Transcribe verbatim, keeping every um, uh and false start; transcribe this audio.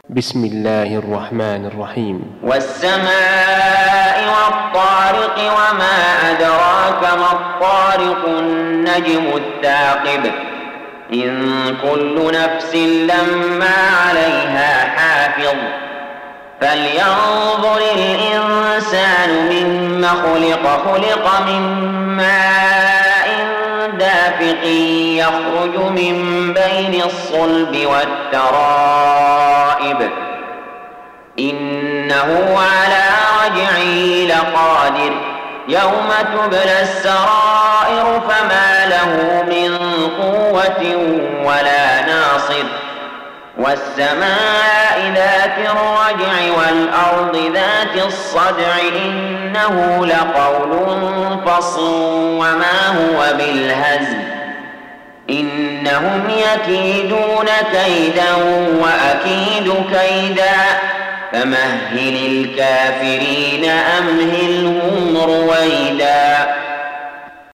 بسم الله الرحمن الرحيم. والسماء والطارق وما أدراك ما الطارق النجم الثاقب إن كل نفس لما عليها حافظ فلينظر الإنسان مما خلق خلق من ماء دافق يخرج من بين الصلب والترائب إنه على رجعه لقادر يوم تبلى السرائر فما له من قوة ولا ناصر والسماء ذات الرجع والأرض ذات الصدع إنه لقول فصل وما هو بالهزل إنهم يكيدون كيدا وأكيد كيدا فمهل الكافرين أمهلهم رويدا.